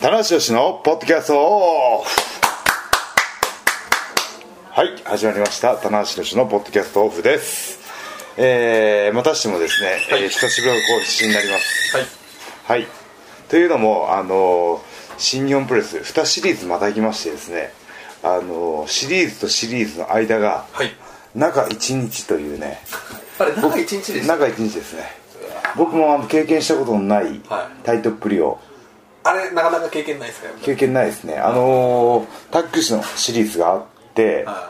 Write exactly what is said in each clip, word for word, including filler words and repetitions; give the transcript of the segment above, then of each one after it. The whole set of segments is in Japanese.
棚橋宏のポッドキャストオフ。はい、始まりました棚橋宏のポッドキャストオフです。えー、またしてもですね、はい、えー、久しぶりの更新になります。はい、はい、というのもあの新日本プロレスにシリーズまたぎましてですね、あのシリーズとシリーズの間が、はい、中いちにちというね、 あれ中いちにちです中いちにちですね。僕もあの経験したことのないタイトっぷりを、 あれなかなか経験ないですか？ 経験ないですね。あのー、タッグのシリーズがあって、はい、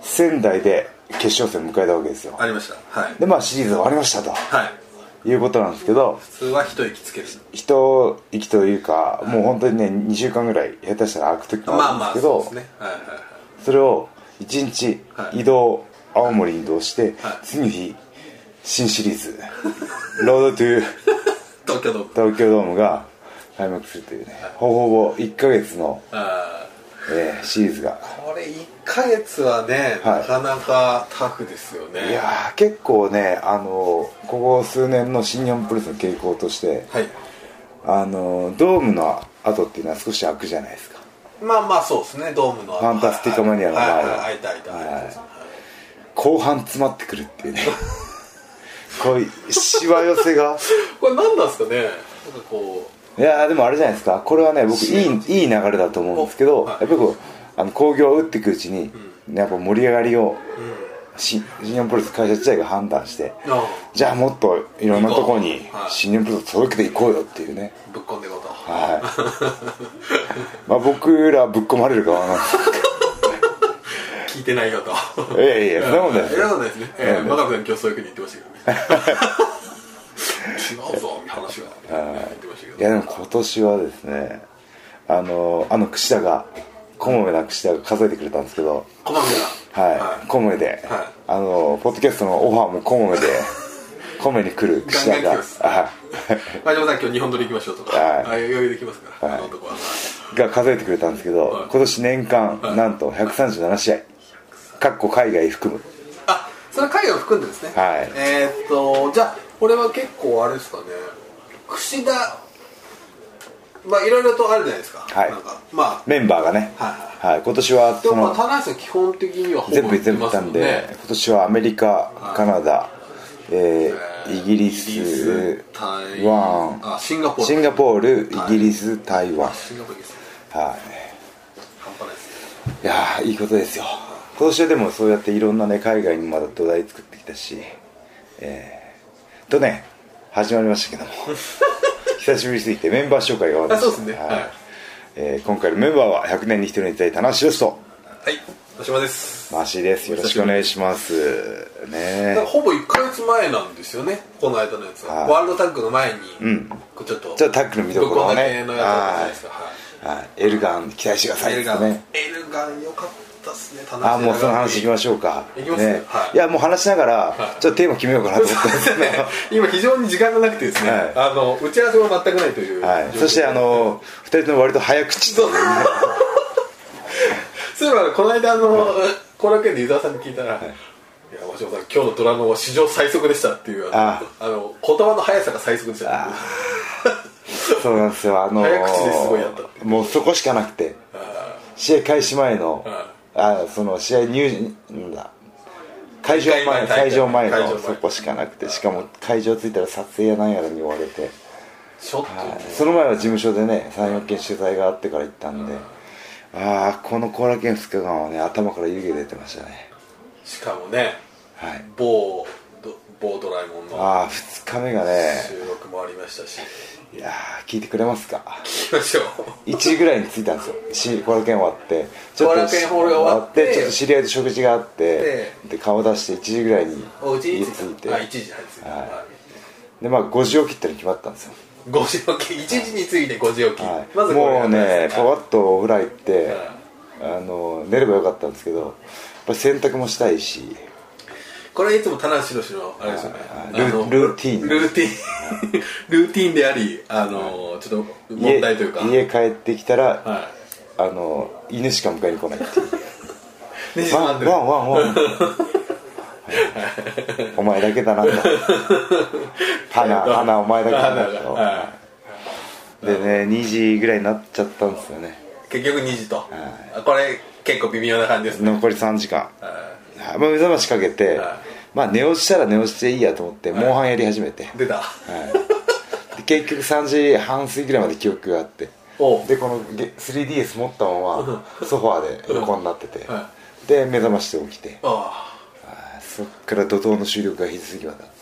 仙台で決勝戦を迎えたわけですよ。 ありました、はい、 でまあシリーズ終わりましたと、はい、いうことなんですけど、 普通は一息つける一息というか、はい、もう本当にねにしゅうかんぐらい下手したら空く時もあるんですけど、まあまあそうですね、はいはいはい、それをいちにち移動、はい、青森に移動して、はい、次の日新シリーズロードトゥ東京ドーム東京ドームが開幕するというね、はい、ほぼほぼいっかげつの、えー、シリーズが、 これいっかげつはね、はい、なかなかタフですよね。 いや結構ね、あのここ数年の新日本プロレスの傾向として、はい、あのドームの後っていうのは少し空くじゃないですか。 まあまあそうですね、ドームの後ファンタスティカマニアの前は、はいはいはい、後半詰まってくるっていうねこういうしわ寄せがこれ何なんですかね。なんかこう、いやでもあれじゃないですか、これはね僕いい、いい流れだと思うんですけど、はい、やっぱりこうあの興行を打っていくうちに、うん、やっぱ盛り上がりを、うん、新日本プロレス会社自体が判断して、うん、じゃあもっといろんなところに新日本プロレス届けていこうよっていうね、 ぶっ込んでいこうと、 はいまあ僕らぶっ込まれる側なんです聞いてないよと。 いやいやそんなことないです。 そんなことないですね。えー、マカさん今日そういうふうに言ってましたけどね違うぞ話が言ってましたけど。 いやでも今年はですね、あのあの櫛田が小豆な櫛田が数えてくれたんですけど、 小豆がはい、はい、小豆で、はい、あのポッドキャストのオファーも小豆で小豆に来る櫛田が、はい、 前島さん今日日本撮り行きましょうとか、はい、余裕できますから、はい、あの男はが数えてくれたんですけど、はい、今年年間、はい、なんとひゃくさんじゅうななしあい、かっこ海外含む。 あ、それは海外を含んでですね。 はい。 えー、っとじゃあこれは結構あれですかね、櫛田、まあいろいろとあるじゃないですか。はい。なんかまあメンバーがね。はいはい。はい、今年はでもまあ田中さん基本的にはほぼ全部全部行ったんで、今年はアメリカ、カナダ、えー、イギリス、台湾、 あシンガポール、 シンガポール、イギリス、台湾。 シンガポールですね。 はい。 半端ないですね。 いやーいいことですよ。今年はでもそうやっていろんなね海外にまだ土台作ってきたし、えー、とね始まりましたけども久しぶりすぎてメンバー紹介が終わりました。 そうですね、はい、 えー、今回のメンバーはひゃくねんにひとりにいたい棚橋宏と、 はい、真島です。 マシです。よろしくお願いしますね。 だからほぼいっかげつまえなんですよね、この間のやつは。ワールドタッグの前に、うん、ちょっとちょっとタッグの見どころをね、 のやつあったじゃないですか。 はいはい、エルガン期待してくださいですね。 エルガンよかったあ、もうその話いきましょうか。 いきますね、はい、 いやもう話しながら、はい、ちょっとテーマ決めようかなと思ってますね今非常に時間がなくてですね、はい、あの打ち合わせも全くないという、 はい、そしてあのふたりとも割と早口とそうそういえばこの間あの後楽園で湯沢さんに聞いたら、はい、いや真島さん今日のドラムは史上最速でしたっていうあのあの言葉の速さが最速でしたってそうなんですよ、あのー、 早口ですごいやったってもうそこしかなくて、試合開始前のあその試合入なんだ会場前会場前のそこしかなくて、しかも会場着いたら撮影やなんやらに追われて、 ちょっと、ね、 その前は事務所でねさんよんけん取材があってから行ったんで、ああこの後楽園ふつかかんはね頭から湯気出てましたね。 しかもね、はい、某某ドラえもんのああふつかめがね収録もありましたし、 いや聞いてくれますか。 聞きましょう。 いちじぐらいに着いたんですよ、後楽園終わって後楽園ホールが終わってちょっと知り合いと食事があってで顔出していちじぐらいに家着いて、 あいちじはい、 でまあごじ起きっての決まったんですよ。 ごじ起き、いちじに着いてごじ起き、はい、 まずもうねパワッとお風呂入って、はい、あの寝ればよかったんですけどやっぱり洗濯もしたいし、 これいつも棚橋宏のあれですよね、 ルーティーンルーティーンルーティーンであり、あのちょっと問題というか、 家帰ってきたら、はい、あの犬しか迎えに来ないっていうワンワンワンワンお前だけだなと花花お前だけだなと、はい、 でねにじぐらいになっちゃったんですよね。 結局にじと、はい、これ結構微妙な感じですね。 残りさんじかん、はい、まあ、目覚ましかけて、はい、まあ寝落ちしたら寝落ちでいいやと思ってモンハンやり始めて、はい、 出た、はい、 で結局さんじはん過ぎぐらいまで記憶があって、でこの スリーディーエス 持ったままソファーで横になってて、はい、で目覚ましで起きて、ああそっから怒涛の収録が日過ぎまであって、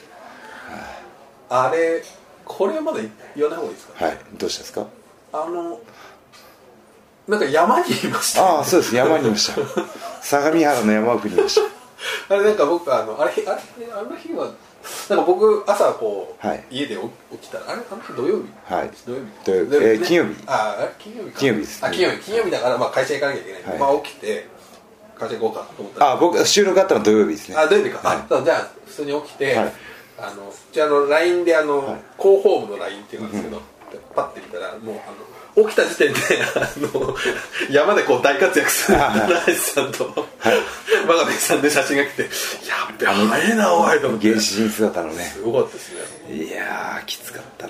あれこれはまだ言わない方がいいですか？ はい、どうしたんですか？ あのなんか山にいました、ね、 ああそうです、山にいました相模原の山奥にいましたあれなんか僕あのあれあれあの日はなんか僕朝こう、はい、家で起きたらあれあの日土曜日、 はい、 土曜日土曜日、えー、金曜日、 ああ金曜日か金曜日です、ね、 あ金曜日金曜日だからまあ会社行かなきゃいけない、はい、まあ起きて会社行こうかと思ったら、 あ僕収録あったの土曜日ですね。 あ土曜日か、はい、あじゃあ普通に起きて、はい、あのじゃあの ライン であの、はい、広報部の ライン っていうんですけど、うん、パッて見たらもうあの起きた時点であの山でこう大活躍する棚橋さんと真壁さんで写真が来て、やっべ早いなおいと思って、 原始人姿のね、 すごかったですね。 いやーきつかったな。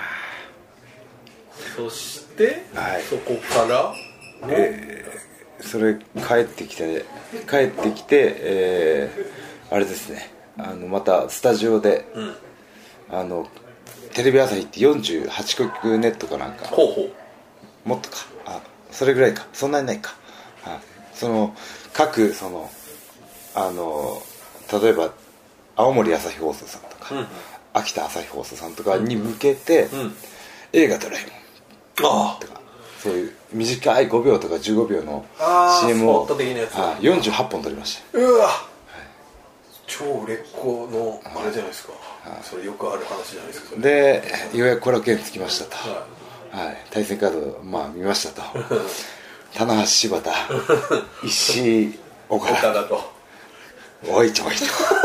そして、はい、そこからえー、それ帰ってきて帰ってきて、えー、あれですね、あのまたスタジオで、うん、あのテレビ朝日ってよんじゅうはちきょくネットかなんか、 ほうほうもっとか、あそれぐらいか、そんなにないか、はい、その各そのあの例えば青森朝日放送さんとか、うん、秋田朝日放送さんとかに向けて、うんうん、映画ドラえもんとかそういう短いごびょうとかじゅうごびょうの シーエム を、はい、よんじゅうはっぽん撮りました。 うわ、はい、超売れっ子のあれじゃないですか、はい、それよくある話じゃないですか。 でようやくコラケンつきましたと、はいはい、対戦カードまあ見ましたと棚橋柴田石井岡田とおいちょいと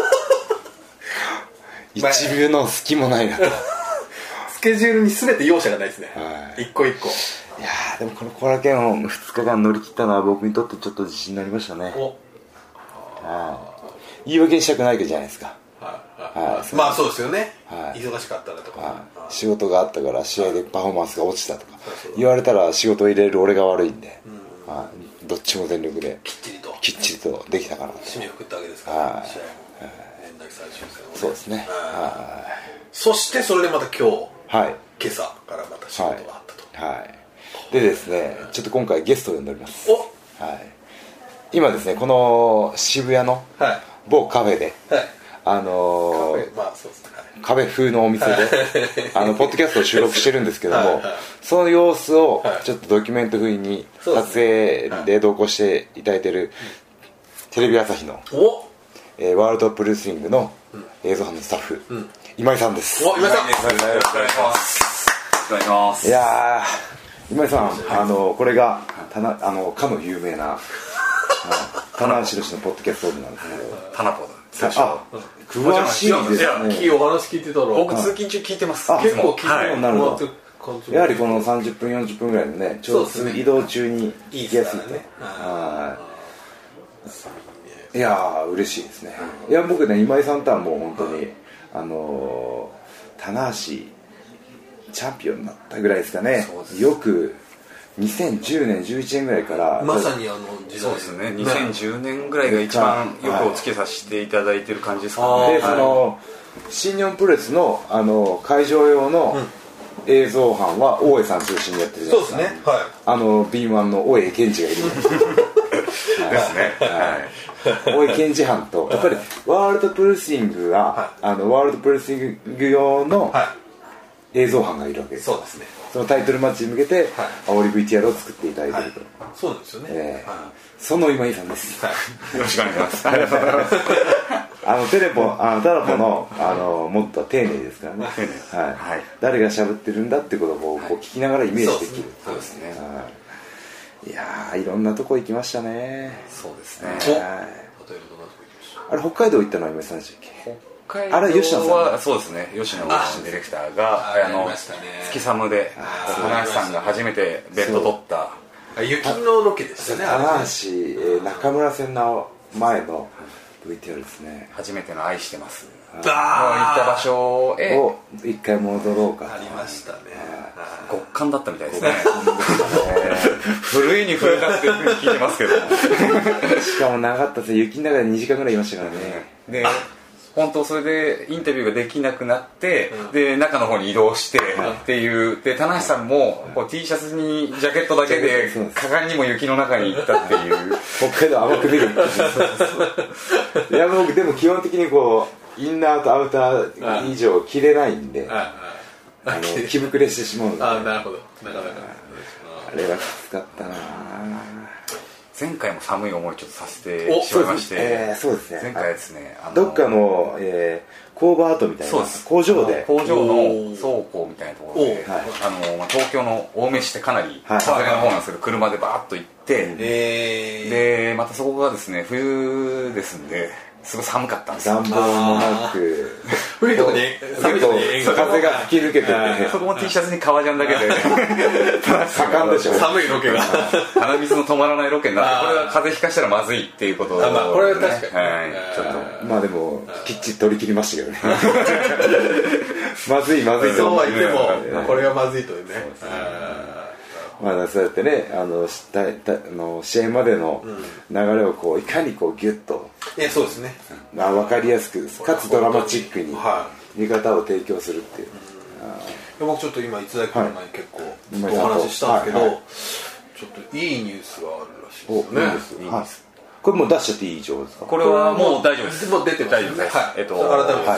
一秒の隙もないなとスケジュールに全て容赦がないですね、はい、一個一個。 いやでもこのコラケンをふつかかん乗り切ったのは僕にとってちょっと自信になりましたね。おあ言い訳にしたくないわけじゃないですか。 はいはい、まあそうですよね、はい、忙しかったらとか、はい、仕事があったから試合でパフォーマンスが落ちたとか言われたら仕事を入れる俺が悪いんで、うん、はい、どっちも全力できっちりときっちりとできたかなと締めくくったわけですから、はい、試合も年内最終戦を、ね、 そうですね、はい、 そしてそれでまた今日、 はい、 今朝からまた仕事があったと、 はいはい、でですね、ちょっと今回ゲストを呼んでおります。お、はい、今ですねこの渋谷の某カフェで、はい、あのーまあそうですね、カフェ風のお店であのポッドキャストを収録してるんですけども、はいはい、その様子をちょっとドキュメント風に撮影で同行していただいているテレビ朝日の、えー、ワールドプロレスリングの映像班のスタッフ、うん、今井さんです。 お、今井さん、よろしくお願いします。 お願いします。 いやー今井さん、あのこれがたなあのかの有名な棚橋宏のポッドキャストなんですけど、 タナポだ。 あ、詳しいですね。 いいお話聞いてたら僕通勤中聞いてます。 結構聞いてもなるほど。やはりこのさんじゅっぷんよんじゅっぷんぐらいのね、ちょうど移動中に聞きやすいと。いやー嬉しいですね。いや僕ね今井さんとはもう本当にあの棚橋チャンピオンになったぐらいですかね。よくにせんじゅうねんじゅういちねんぐらいからまさにあの時代ですね。にせんじゅうねんぐらいが一番よくお付けさせていただいてる感じですかね。 でその新日本プロレスのあの会場用の映像班は大江さん中心にやってるじゃないですか。 そうですね、はい、 あの ビーワン の大江健二がいるですね、はい、大江健二班とやっぱりワールドプロレスリングが、はい、あのワールドプロレスリング用の映像班がいるわけです。 そうですね。 そのタイトルマッチに向けて、はい、煽り ブイティーアール を作っていただいていると、 はい、そうなんですよね、えーはい、その今井さんです、はい、 よろしくお願いしますあのテレポあのタラポのあのもっと丁寧ですからね、はいはい、誰が喋ってるんだってことをこう、はい、こう聞きながらイメージできる。 そうですね、 はい、いやーいろんなとこ行きましたね。 そうですね、 はい、あれ北海道行ったのは今井さんでしたっけ。 あれ吉野さん、そうですね、吉野ディレクターがあの月寒で棚橋さんが初めてベルト取った雪のロケでしたね。 棚橋中村戦の前の ブイティーアール ですね。 初めての愛してます行った場所へを一回戻ろうか。 ありましたね。 極寒だったみたいですね。古いに古いなっていうふうに聞いてますけどしかも長かったですね。雪の中でにじかんぐらいいましたからね。 で本当それでインタビューができなくなって、うん、で中の方に移動してっていうで棚橋さんもこう T シャツにジャケットだけで果敢にも雪の中に行ったっていう北海道甘く見るいや僕でも基本的にこうインナーとアウター以上着れないんで、あの着膨れしてしまうので。 あ、なるほど。なかなかあれはきつかったな。 前回も寒い思いちょっとさせてしまいまして、 えー、そうですね。 前回ですね、 あのどっかの、えー、工場跡みたいな工場で工場の倉庫みたいなところで、はい、あの東京の青梅市ってかなり外れの方なんですけど、車でバーッと行って、はい、でまたそこがですね冬ですんですごい寒かったんですよ。 暖房もなく冬とかに寒いと風が吹き抜けてて、 そこも T シャツに革ジャンだけで盛んでしょ。 寒いロケが鼻水の止まらないロケになって、これは風邪ひかしたらまずいっていうことを、 あ、まあ、これは確かに、 はい、ちょっとまあでもきっちり取り切りましたけどねまずいまずいそうは言ってもこれがまずいというね。 まあ、そうやってね、あのたたの試合までの流れをこういかにこうギュッと、 いやそうですね、 まあ、分かりやすくかつドラマチックに見方を提供するっていう、 うん、僕ちょっと今いつだけの前に結構ずっとお話ししたんですけど、はいはい、ちょっといいニュースがあるらしいですね。 いいです、いいです。これもう出しちゃっていい以上ですか？ これはもう大丈夫です。 もう出てます、 大丈夫です。 はい、 えっと改めて、はい、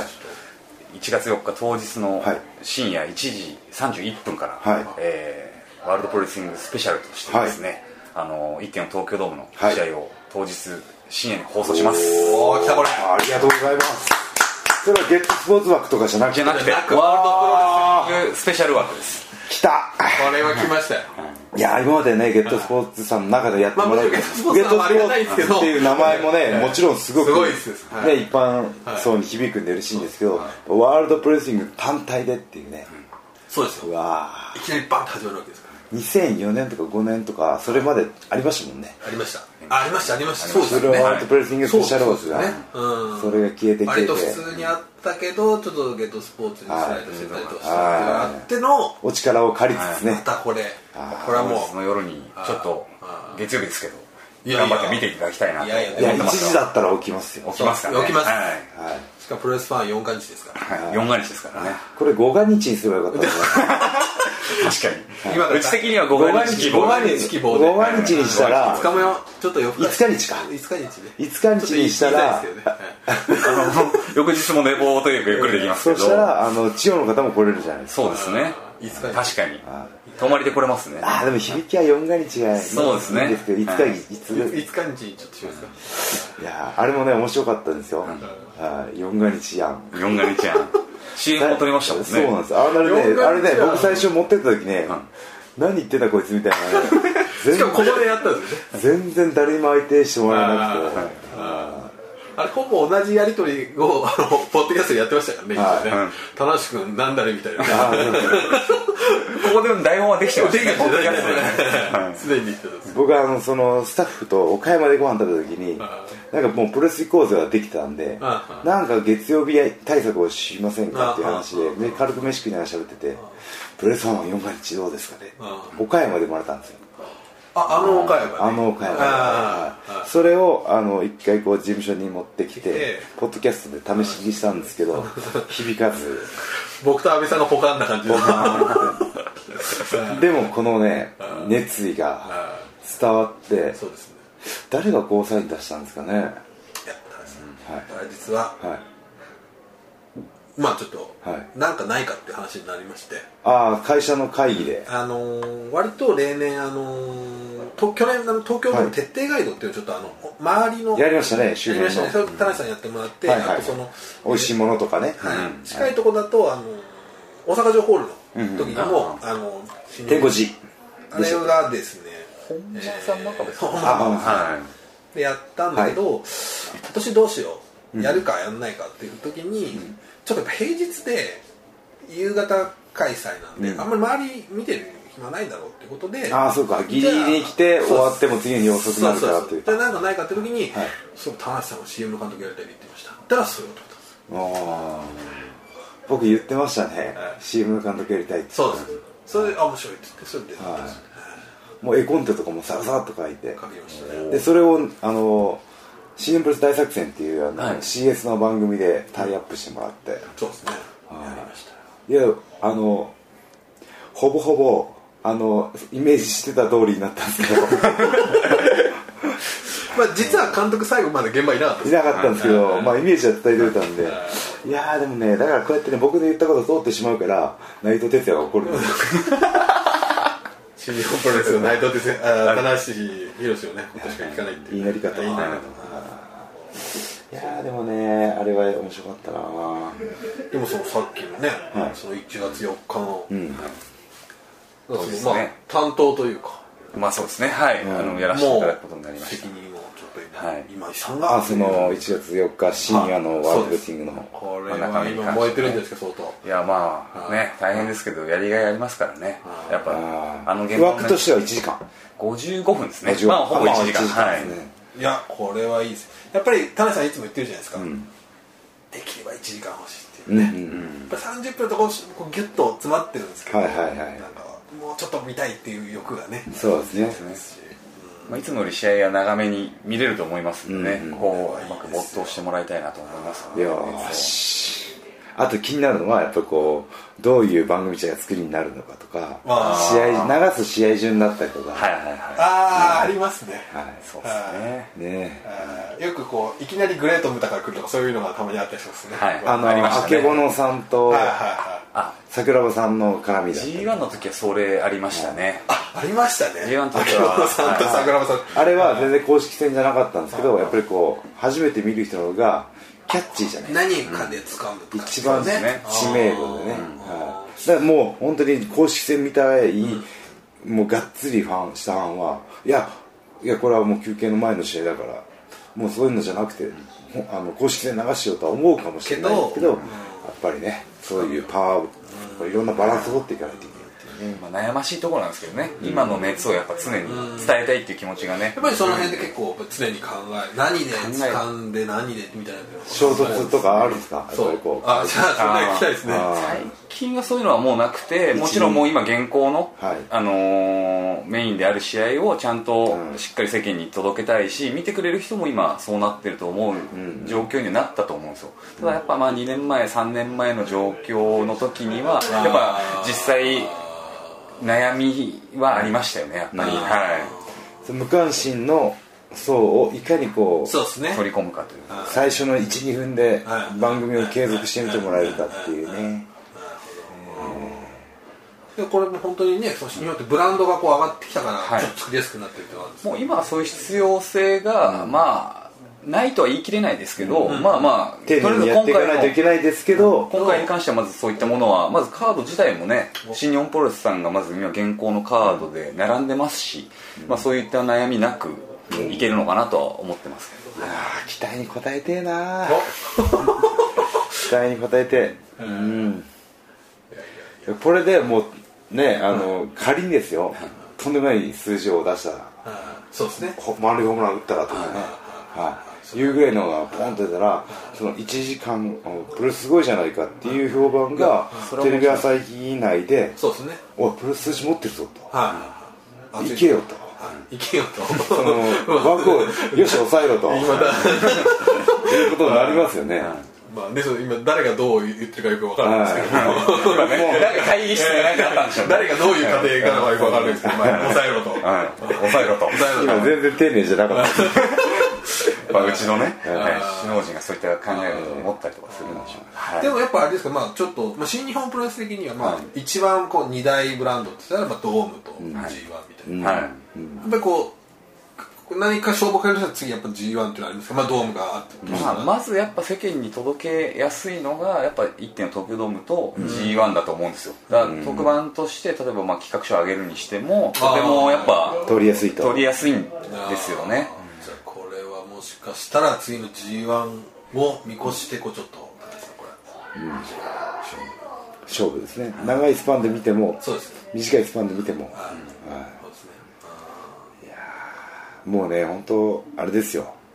いちがつよっか当日の深夜いちじさんじゅういっぷんから、はい、えーワールドプロレスリングスペシャルとしてですね、はい、あのいってんの東京ドームの試合を当日深夜に放送します。 おー、来たこれ。 ありがとうございます。それはゲットスポーツ枠とかじゃなくて、 じゃなくてワールドプロレスリングスペシャル枠です。 来た。 これは来ましたよ。 いや今までねゲットスポーツさんの中でやってもらう、 まあ、ゲットスポーツさんはありがたいですけどっていう名前もね、もちろんすごくすごいです、はい、 ね、一般層に響くんで嬉しいんですけど、はい、ワールドプロレスリング単体でっていうね、うん、 そうですよ。 うわいきなりバンと始まるわけですから。 にせんよねんとかごねんとかそれまでありましたもんね。 ありました。ありましたありました。 そうですね。ワールドプロレスリングスペシャルウォーズが、ね、うん、それが消えて消えて。 割と普通にあったけどちょっとゲットスポーツにスライドしてたりとかしてあってのお力を借りつつね。 またこれこれはもうその夜にちょっと月曜日ですけど頑張って見ていただきたいなと思ってます。 いちじだったら起きますよ。 起きますからね。 起きます。 はい。 しかもプロレスファンよんが日ですから。 はい。よんが日ですからね。 これごが日にすればよかったですね。 確かに。今うち的にはごが日希望。 ごが日希望で。ごが日にしたら。 いつかもよちょっと夜更かし。 いつか日か。 いつか日ね。 いつか日にしたら。 あの翌日も寝坊というかゆっくりできますけど。 そしたらあの千代の方も来れるじゃないですか。 そうですね。確かに。泊まりで来れますね。 ああでも響きはよんが日がそうですね。 いいですけどいつか日いついつか日にちょっとしますか。 いやあれもね面白かったんですよ。よんが日やん。 よんが日やん。シーエム も撮りましたもんね。 そうなんです。あれねあれね僕最初持ってった時ね何言ってんだこいつみたいな。 しかもここでやったんですね。 全然誰にも相手してもらえなくて。 あれほぼ同じやり取りをあのポッドキャストでやってましたからね。はい、ね田無君なんだねみたいな。 ここでも台本はできてましたね。ポッドキャストでね。 すでにできてます。 僕はあのそのスタッフと岡山でご飯食べた時になんかもうプロレス構図ができたんでなんか月曜日対策をしませんかっていう話で軽く飯食いながら喋っててプロレスファンはよんが日どうですかね。岡山でもらったんですよ。 あ, あの岡山、ね、 あの岡山、はい、それをあの一回こう事務所に持ってきてポッドキャストで試し聞きしたんですけど響かず僕と阿部さんがポカンな感じででもこのね熱意が伝わってそうですね。 誰がゴーサイン出したんですかね。いや、 はい、実は、はいまあちょっと、はい、なんかないかっていう話になりましてああ会社の会議で、 あのー、割と例年、あのー、と去年あの東京の徹底ガイドっていうちょっとあの周りのやりましたね周辺のやりましたね。田無さんやってもらって、はいはい、あとその美味しいものとかね、 はいうん、近いところだとあの大阪城ホールの時にも、うん、あの天狗寺あれがですね本間さんの中で本間さんでやったんだけど、はい、今年どうしようやるかやんないかっていう時に、うんちょっとやっぱ平日で夕方開催なんで、うん、あんまり周り見てる暇ないだろうっていうことでああそうかギリギリに来て終わっても次に遅くなるからっていうでなんかないかって時に、はい、そう田無さんが シーエム の監督やりたいって言ってましただからそれを撮ったんですあ僕言ってましたね、はい、シーエム の監督やりたいって。 そうです。それであ面白いって言ってそれで、はい、 もう絵コンテとかもさらさらっと書いて書きましたね。 でそれをあの シーエム プラス大作戦っていうあの、はい、シーエス の番組でタイアップしてもらって、 そうですね、 やりました。いやあのほぼほぼあのイメージしてた通りになったんですけどまあ実は監督最後まで現場いなかったいなかったんですけど、まあ、イメージは伝えておいたんで、いやーでもね、だからこうやってね僕で言ったこと通ってしまうから内藤哲也が怒るんですよ新日本プロレスの内藤哲也、棚橋宏をね今年しか聞かないっていう言いなり方。いやーでもねあれは面白かったな。 でもそのさっきのね、はい、そのいちがつよっかの、うん、そうですね、まあ、担当というかまあそうですね、はい、うん、あのやらせていただくことになりました。 責任をちょっと今、はい、今井さんがあそのいちがつよっか深夜のワールドレスリングのこれは今燃えてるんですか相当。 いやまあね大変ですけどやりがいありますからね。やっぱあの現場枠としてはいちじかんごじゅうごふんですね。まあほぼいちじかん、はい。 いやこれはいいです。やっぱり田中さんいつも言ってるじゃないですか、うん、できればいちじかん欲しいっていうね、うんうんうん、やっぱさんじゅっぷんとこうこうギュッと詰まってるんですけど、はいはいはい、なんかもうちょっと見たいっていう欲がね。 そうですね、 うんまあ、いつもより試合が長めに見れると思いますのでね、うんうん、こううまく没頭してもらいたいなと思いますので、 よーし。あと気になるのはやっぱこうどういう番組が作りになるのかとか、試合流す試合順だったりとか、 はいはいはい、ああありますね。 はい、そうですね。 ねよくこういきなりグレートムタから来るとかそういうのがたまにあったりしますね。 はい、あのあけぼのさんと、はいはいはい、あ桜庭さんの絡みだったり。 ジーワン の時はそれありましたね。 あありましたね。 ジーワン の時はあけぼのさんと桜庭さん、はいはい、あれは全然公式戦じゃなかったんですけど、やっぱりこう初めて見る人の方がキャッチーじゃないですか。 何かで使うのか、 うん、一番ですね知名度でね、はい、だからもう本当に公式戦みたい、うん、もうがっつりファンしたファンはいやいやこれはもう休憩の前の試合だからもうそういうのじゃなくて、うん、あの公式戦流しようとは思うかもしれないですけど、うん、やっぱりねそういうパワー、うん、いろんなバランスを取っていかないといけない。 まあ、悩ましいところなんですけどね、うん、今の熱をやっぱ常に伝えたいっていう気持ちがね、やっぱりその辺で結構常に考え何で掴んで何でみたいな衝突とかあるんですか。 そうこうあじゃあそれ聞きたいですね。 最近はそういうのはもうなくて、もちろんもう今現行の、はい、あのー、メインである試合をちゃんとしっかり世間に届けたいし、見てくれる人も今そうなってると思う状況にはなったと思うんですよ。ただやっぱまあにねんまえさんねんまえの状況の時にはやっぱ実際悩みはありましたよね、やっぱり、はい、 無関心の層をいかにこう、 そうですね、 取り込むかという、 最初の いちにふんで番組を継続してみてもらえるかっていうね。 でこれも本当にね、その日本ってブランドがこう上がってきたからちょっと作りやすくなってるってのがあるんです、 もう今はそういう必要性が、うん、まあないとは言い切れないですけど、うん、まあまあ丁寧にやっていかないといけないですけど、 今回に関してはまずそういったものはまずカード自体もね、新日本プロレスさんがまず今現行のカードで並んでますし、うん、まあそういった悩みなくいけるのかなとは思ってますけど、 うん、あ期待に応えてえな期待に応えて、うん、これでもうね、あの、うん、仮にですよ、とんでもない数字を出したら、 うん、そうですね、 満塁ホームラン打ったらとかね、はい、いうぐらいのがポンと出たら、そのいちじかんプロレスすごいじゃないかっていう評判がテレビ朝日内で、 そうですね、 おいプロレス数字持ってるぞと、 はい、 行けよと、 行けよと、 その枠をよし抑えろということになりますよね。 まあね、今誰がどう言ってるかよく分からないんですけど、もうなんか会議室で何かあったんでしょうね。 誰がどういう過程かはよく分からないですけど、まあ抑えろと、 抑えろと、 今全然丁寧じゃなかった。 まあうちのね、首脳陣がそういった考えを持ったりとかするんでしょうね。 でもやっぱあれですか、まあちょっと、まあ、新日本プロレス的にはまあ一番こうに大ブランドって言ったらドームと ジーワン みたいな。やっぱりこう何か勝負をかけると次やっぱ ジーワン っていうのありますか、まあ、ドームがあって、 まあ、まずやっぱ世間に届けやすいのがやっぱいってんの東京ドームと ジーワン だと思うんですよ。だから特番として例えばまあ企画書を上げるにしてもとてもやっぱ取りやすいと取りやすいんですよね。 じゃあこれはもしかしたら次の ジーワン を見越してこうちょっとこれ、うん、 勝負ですね。長いスパンで見ても、 そうですね、 短いスパンで見ても、はい、はい、もうね本当あれですよ、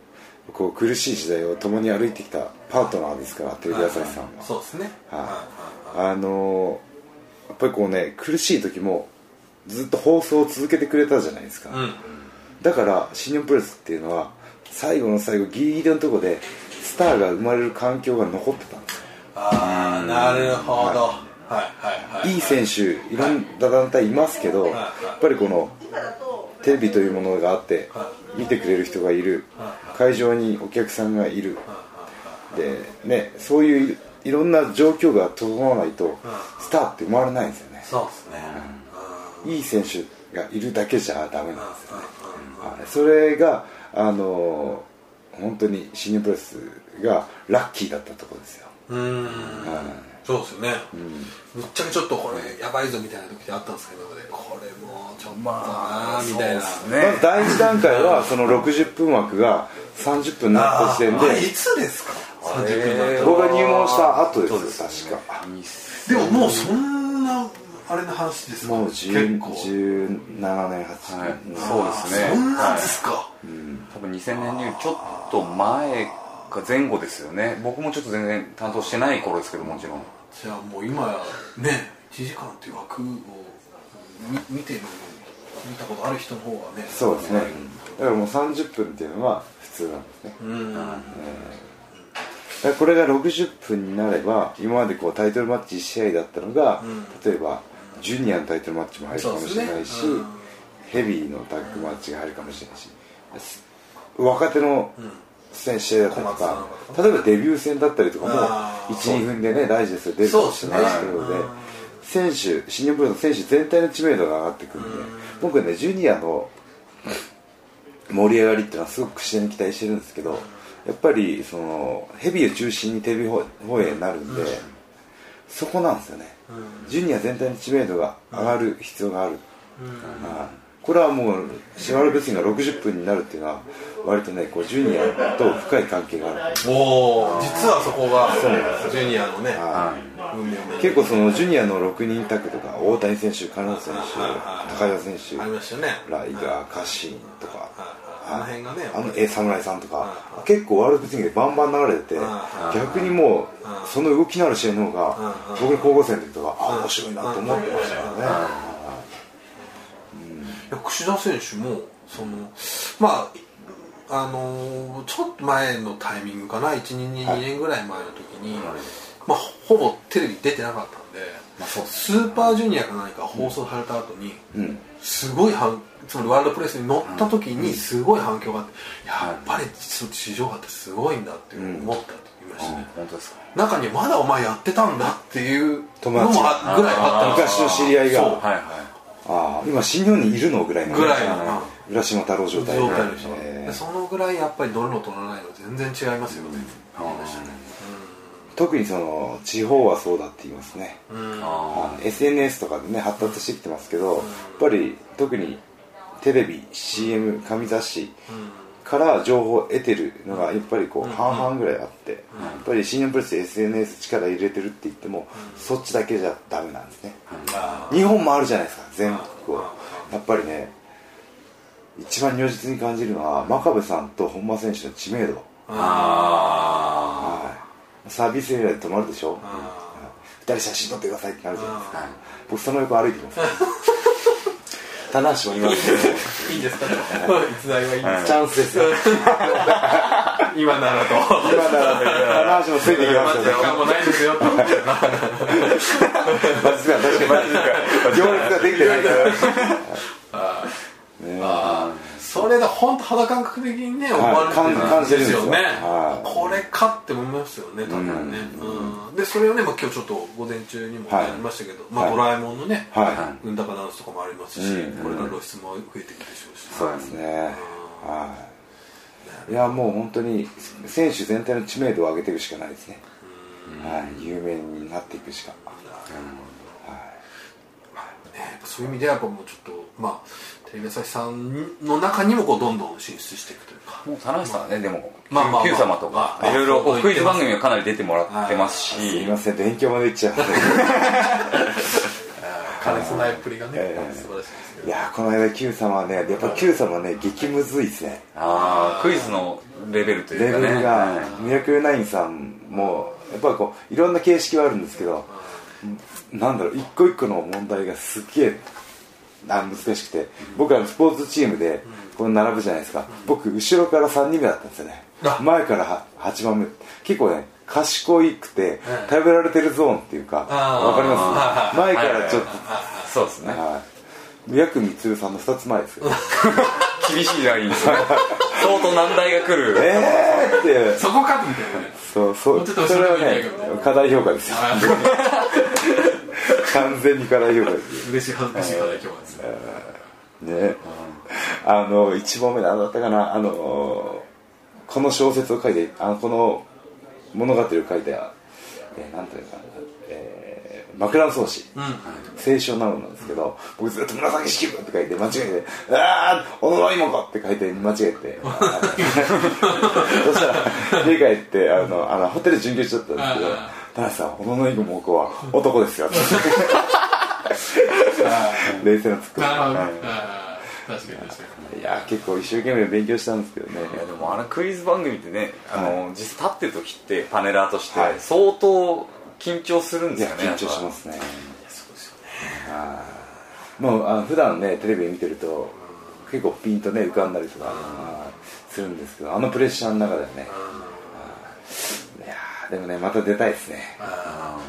こう苦しい時代を共に歩いてきたパートナーですからテレビ朝日さんは、 そうですね、 はい、あのやっぱりこうね苦しい時もずっと放送を続けてくれたじゃないですか、うん、だから新日本プロレスっていうのは最後の最後ギリギリのところでスターが生まれる環境が残ってたんですよ。 ああなるほど、はいはいはい、 いい選手いろんな団体いますけど、はい、やっぱりこのテレビというものがあって見てくれる人がいる、会場にお客さんがいるで、ね、そういういろんな状況が整わないとスターって生まれないんですよね。 そうですね、 うん、いい選手がいるだけじゃダメなんですよね、はい、それがあの本当に新日本プロレスがラッキーだったところですよ。 うーん、はい、そうですよね、うん、ぶっちゃけちょっとこれやばいぞみたいな時ってあったんですけど、これもちょっとなみたいな、 ね、まずだいいち段階はそのろくじゅっぷん枠がさんじゅっぷんになった時点で、 いつですかさんじゅっぷんになった、 僕が入門した後ですよ確か。 でももうそんなあれの話ですか。 もうじゅうななねんはちねん、はい、 そうですね。 そんなんですか、 はい、うん、多分にせんねんにちょっと前か前後ですよね。僕もちょっと全然担当してない頃ですけど、もちろん。 じゃあもう今ねいちじかんっていう枠を見てる見たことある人の方がね。 そうですね、だからもうさんじゅっぷんっていうのは普通なんですね。うん、だからこれがろくじゅっぷんになれば今までこうタイトルマッチいち試合だったのが、うん、例えばジュニアのタイトルマッチも入るかもしれないし、ね、うん、ヘビーのタッグマッチが入るかもしれないし、若手の試合だったりとか、例えばデビュー戦だったりとかも いちにふんでねダイジェストで出るかもしれないですけど、ね、選手新日本プロレスの選手全体の知名度が上がってくるんで、僕はねジュニアの盛り上がりっていうのはすごく自然に期待してるんですけど、やっぱりそのヘビーを中心にテレビ放映になるんで、うん、そこなんですよね、うん、ジュニア全体の知名度が上がる必要がある、うん、これはもうシマルベスリンがろくじゅっぷんになるっていうのは割とねこうジュニアと深い関係がある。 おお、実はそこがジュニアのね、 はい、結構そのジュニアのろくにんタッグとか大谷選手、金野選手、高岩選手、 ありましたね、 ライガー、カシンとか、 あの辺がね、 あの A 侍さんとか結構ワールドベスリングでバンバン流れてて、逆にもうその動きのある試合の方が僕の高校生の時とかあ面白いなと思ってましたからね。 櫛田選手もそのまああのー、ちょっと前のタイミングかな、いちにねんぐらい前の時に、はい、まあ、ほぼテレビ出てなかったんで、まあ、そうスーパージュニアか何か放送された後に、うん、すごい反つまりワールドプレスに乗った時にすごい反響があって、うん、やっぱり地上波ってすごいんだっていう思ったと言いましたね、うん、 本当ですか。 中にまだお前やってたんだっていうのもぐらいあったんです昔の知り合いが、 そう、 はいはい、あ今新日本にいるのぐらいの、ね、 ぐらいの浦島太郎状態状態でした、えー、そのぐらいやっぱり乗るのと乗らないの全然違いますよね、うんうん、 特にその地方はそうだって言いますね、うん、あ エスエヌエス とかでね発達してきてますけど、うん、やっぱり特にテレビ シーエム 紙雑誌から情報を得てるのがやっぱりこう半々ぐらいあって、うん、やっぱり新日本プロレス エスエヌエス 力入れてるって言っても、うん、そっちだけじゃダメなんですね、うん、日本もあるじゃないですか全国を。やっぱりね一番如実に感じるのは真壁さんと本間選手の知名度。あ、はい、サービスエリアで止まるでしょ、ふたり写真撮ってくださいってなるじゃないですか。僕その横歩いてます棚橋もいますいいんですか、逸材はいいんです、 チャンスですよ今ならと今なら棚橋もついてきますよね。 時間もないですよとマジか確かに行列ができてないからああ、それで本当肌感覚的にね思われてるんですよね。これかって思いますよね多分ね、うん、でそれをね、まあ、今日ちょっと午前中にもやりましたけど、はい、まあ、ドラえもんのね、はい、うんだかダンスとかもありますし、うん、これから露出も増えていくでしょうし、 そうですね、はい、いやもう本当に選手全体の知名度を上げていくしかないですね、はい、有名になっていくしか、 そういう意味ではやっぱもうちょっとまあテレビ朝日さんの中にもこうどんどん進出していくというか、 もう田中さんはね、でも「Q 様」とかいろいろクイズ番組はかなり出てもらってますし、 すいません勉強までいっちゃう兼ね備えっぷりがね、えー、素晴らしいですけど、 いやこの間 Q 様はねやっぱ Q 様はね激ムズいですね。 ああ、クイズのレベルというかね、 レベルが、はい、ミラクルナインさんもやっぱりこういろんな形式はあるんですけど、なんだろう、一個一個の問題がすっげえ難しくて、僕はスポーツチームでこう並ぶじゃないですか。僕後ろからさんにんめだったんですよね。前からはちばんめ、結構ね賢いくて食べられてるゾーンっていうか、わかります？前からちょっと、 そうですね、 ヤクミツルさんのふたつまえですよ厳しいラインですね相当難題が来る、 えーってそこかみたいなね。 そうそう、それはね過大評価ですよ完全に過大評価ですよ。 嬉しい恥ずかしい過大評価ですね。 ね、あのいちばんめ何だったかな、あのこの小説を書いて、あのこの物語を書いた、えー、なんていうのかな、えー、枕草子、うん、清少納言なんですけど、僕ずっと紫式部って書いて間違えて、ああおのろいもこって書いて間違えてそしたら家帰ってあのあのホテル準拠しちゃったんですけど、田中さん、おのろいもこは男ですよって冷静なツッコミ。確かに確かに。いや結構一生懸命勉強したんですけどね。 いやでもあのクイズ番組ってね、あの、はい、実際立ってる時ってパネラーとして相当緊張するんですよね。 いや緊張しますね。そうですよね。あもうあ普段ねテレビ見てると結構ピンとね浮かんだりとかするんですけど、あのプレッシャーの中でね、いやでもねまた出たいですね。はい。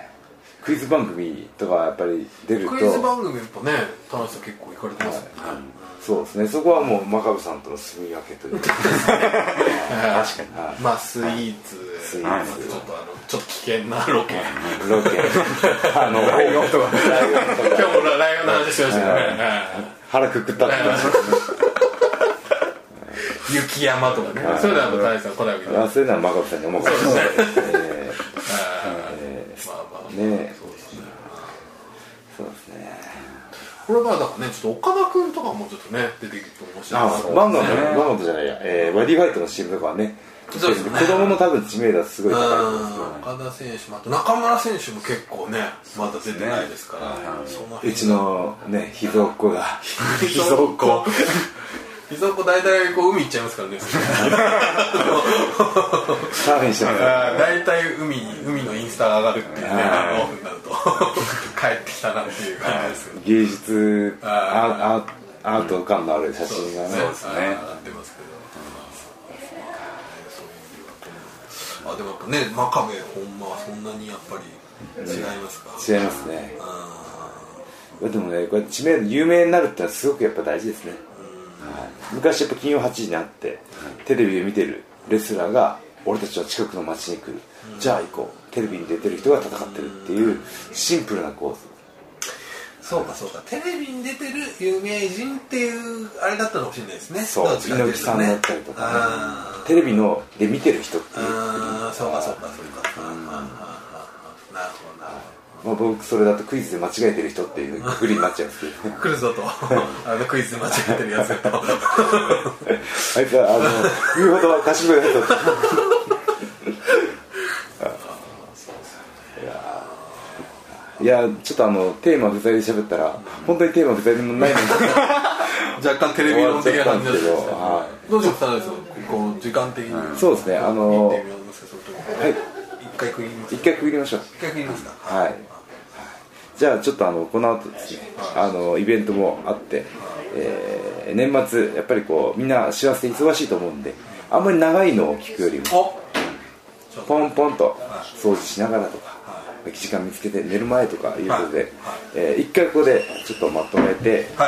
クイズ番組とかやっぱり出ると、 クイズ番組やっぱね田中さん結構行かれてますよね。はい、 そうですね、そこはもう真壁さんとの住み分けというか確かに、まあスイーツ、スイーツちょっとあのちょっと危険なロケロケあのライオンとか今日もライオンの話しましたけどね、 腹くくったって雪山とかね、そういうのは田中さん来ないわけで、 そういうのは真壁さんに思うかもしれないね。そうですね。 これはだからね、ちょっと岡田君とかもちょっとね出てきて面白いですね。 バンドのバンドじゃないや、えー、バディファイトの シーエム とかはね、そうですね、子供の多分知名度はすごい高いと思うんですよね。 岡田選手もあと中村選手も結構ねまだ出てないですから、 うちのね秘蔵っ子が秘蔵っ子秘蔵っ子大体こう海行っちゃいますからねサーフィンしてますから大体海海のインスタが上がるっていうね、オフになると帰ってきたなっていう感じですよ。 芸術アート感のある写真がね、 そうですね、上がってますけど、あでもやっぱね真壁本間はそんなにやっぱり違いますか？ 違いますね。でもねこれ知名度有名になるってのはすごくやっぱ大事ですね。昔やっぱ金曜はちじにあってテレビで見てるレスラーが俺たちは近くの街に来る、うん、じゃあ行こう、テレビに出てる人が戦ってるっていうシンプルな構図。 そうかそうか、テレビに出てる有名人っていうあれだったのかもしれないですね。 そう、猪木さんだったりとか、ね、テレビので見てる人っていう。 あそうかそうかそうか、なるほどなるほど。 まあ、僕それだとクイズで間違えてる人っていうくくりになっちゃうんですけど来るぞとあのクイズで間違えてるやつとあいつはあの言うほどは賢いやつだといやちょっとあのテーマ不在で喋ったら本当にテーマ不在でもないのに若干テレビ論的な感じですけど、はい、どうしますかね、こう時間的に、うん、 そうですね、あのはい一回区切ります一回区切りましょう。 一回区切りますか。 はい。じゃあちょっとあのこの後ですね、あのイベントもあって、えー、年末やっぱりこうみんな幸せで忙しいと思うんで、あんまり長いのを聞くよりもポンポンと掃除しながらとか空き時間見つけて寝る前とかいうことで、えー、一回ここでちょっとまとめて、はい、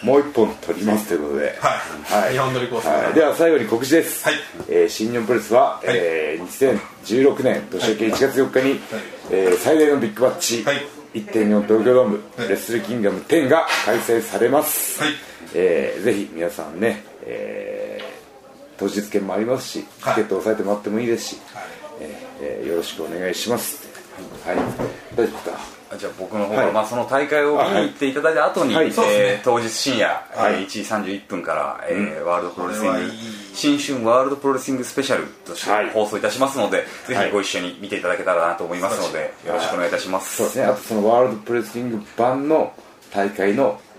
もう一本撮りますということで、 はいはい、にほん撮りコース、 はい、では最後に告知です。はい、えー、新日本プロレスは、はい、えー、にせんじゅうろくねん年明けいちがつよっかに、はい、えー、最大のビッグマッチ、はい、いってんよん 東京ドーム、はい、レッスルキングダムじゅうが開催されます。はい、えー、ぜひ皆さんね、えー、当日券もありますし、チケットを押さえてもらってもいいですし、はい、えー、よろしくお願いします。はい、大丈夫ですか？ じゃあ僕の方は、はい、まあ、その大会を見に行っていただいた後に、はい、えー、当日深夜、はい、いちじさんじゅういっぷんから、えーうん、ワールドプロレスリング新春ワールドプロレスリングスペシャルとして放送いたしますので、はい、ぜひご一緒に見ていただけたらなと思いますので、はい、よろしくお願いいたします。 そうですね、あとそのワールドプロレスリング版の大会の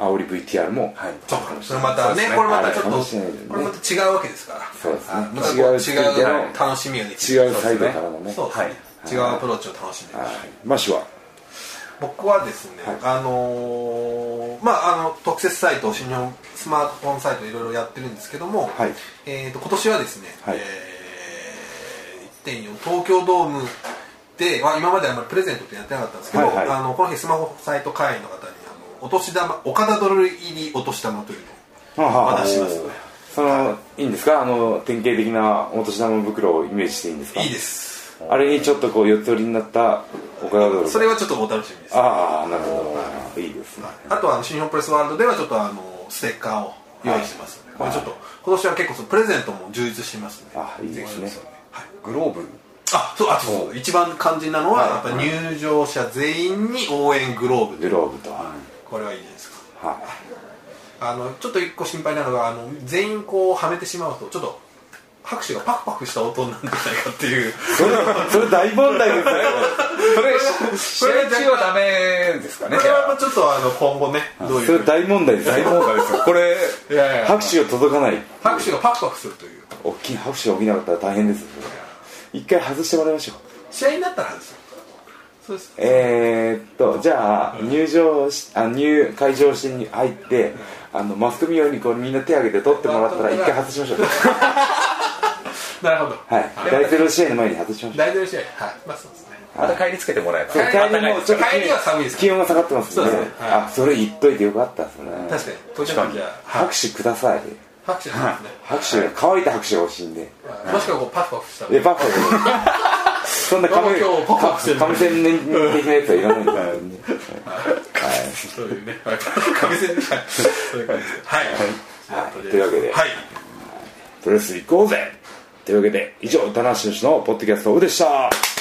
煽り ブイティーアール も、 はい、それまたね、これまたちょっと、これまた違うわけですから、 そうですね、 また違う違う楽しみができる、 違うサイドからのね、 そうですね、違うアプローチを楽しんでる。 マシは僕はですね、あのまああの特設サイト、新日本スマートフォンサイトいろいろやってるんですけども、えと今年はですね、え いってんよん 東京ドームで、まあ、今まであんまりプレゼントってやってなかったんですけど、あのこの日スマホサイト会員の方にお年玉、岡田ドル入りお年玉というのを渡します。 そのいいんですか、あの典型的なお年玉袋をイメージしていいんですか？ いいです。 あれにちょっとこう四つ折りになった岡田ドル、 それはちょっとお楽しみです。 ああ、なるほど、いいですね。 あとは新日本プレスワールドではちょっとあのステッカーを用意してますので、これちょっと今年は結構そのプレゼントも充実してますので、 あ、いいですね。 グローブ、 あ、そう、あ、そう、一番肝心なのはやっぱ入場者全員に応援グローブ、 グローブと、 これはいいじゃないですか。はい。あのちょっと一個心配なのが、あの全員こうはめてしまうとちょっと拍手がパクパクした音になるんじゃないかっていう、 それそれ大問題ですね。 それ試合中はダメですかね。 これはちょっとあの今後ね、どういう、 それ大問題です。大問題ですよ。これいやいや拍手が届かない、 拍手がパクパクするという、 大きい拍手が起きなかったら大変です。一回外してもらいましょう。 試合になったら外す。そうです。 えー、っとじゃあ入場しあ入会場してに入って、あのマスコミ用にこうみんな手挙げて取ってもらったら一回外しましょう。 なるほど。 はい。大ゼロ試合の前に外しましょう。 大ゼロ試合、はい。まあそうですね。 また帰りつけてもらえば。 帰りもちょっと帰りは寒いです。 気温が下がってますので、あ、それ言っといてよかったですね。 確かに。確かに。 拍手ください。 拍手ですね。 拍手、乾いた拍手が欲しいんで。 もしくはこうパフパフした。 え、パフパフ。そんな紙紙線的なやつはいらないんだよね。 はい。そういうね。紙線で。そういう感じで。はい。 というわけで、プレス行こうぜ。というわけで以上、棚橋のポッドキャストオフでした。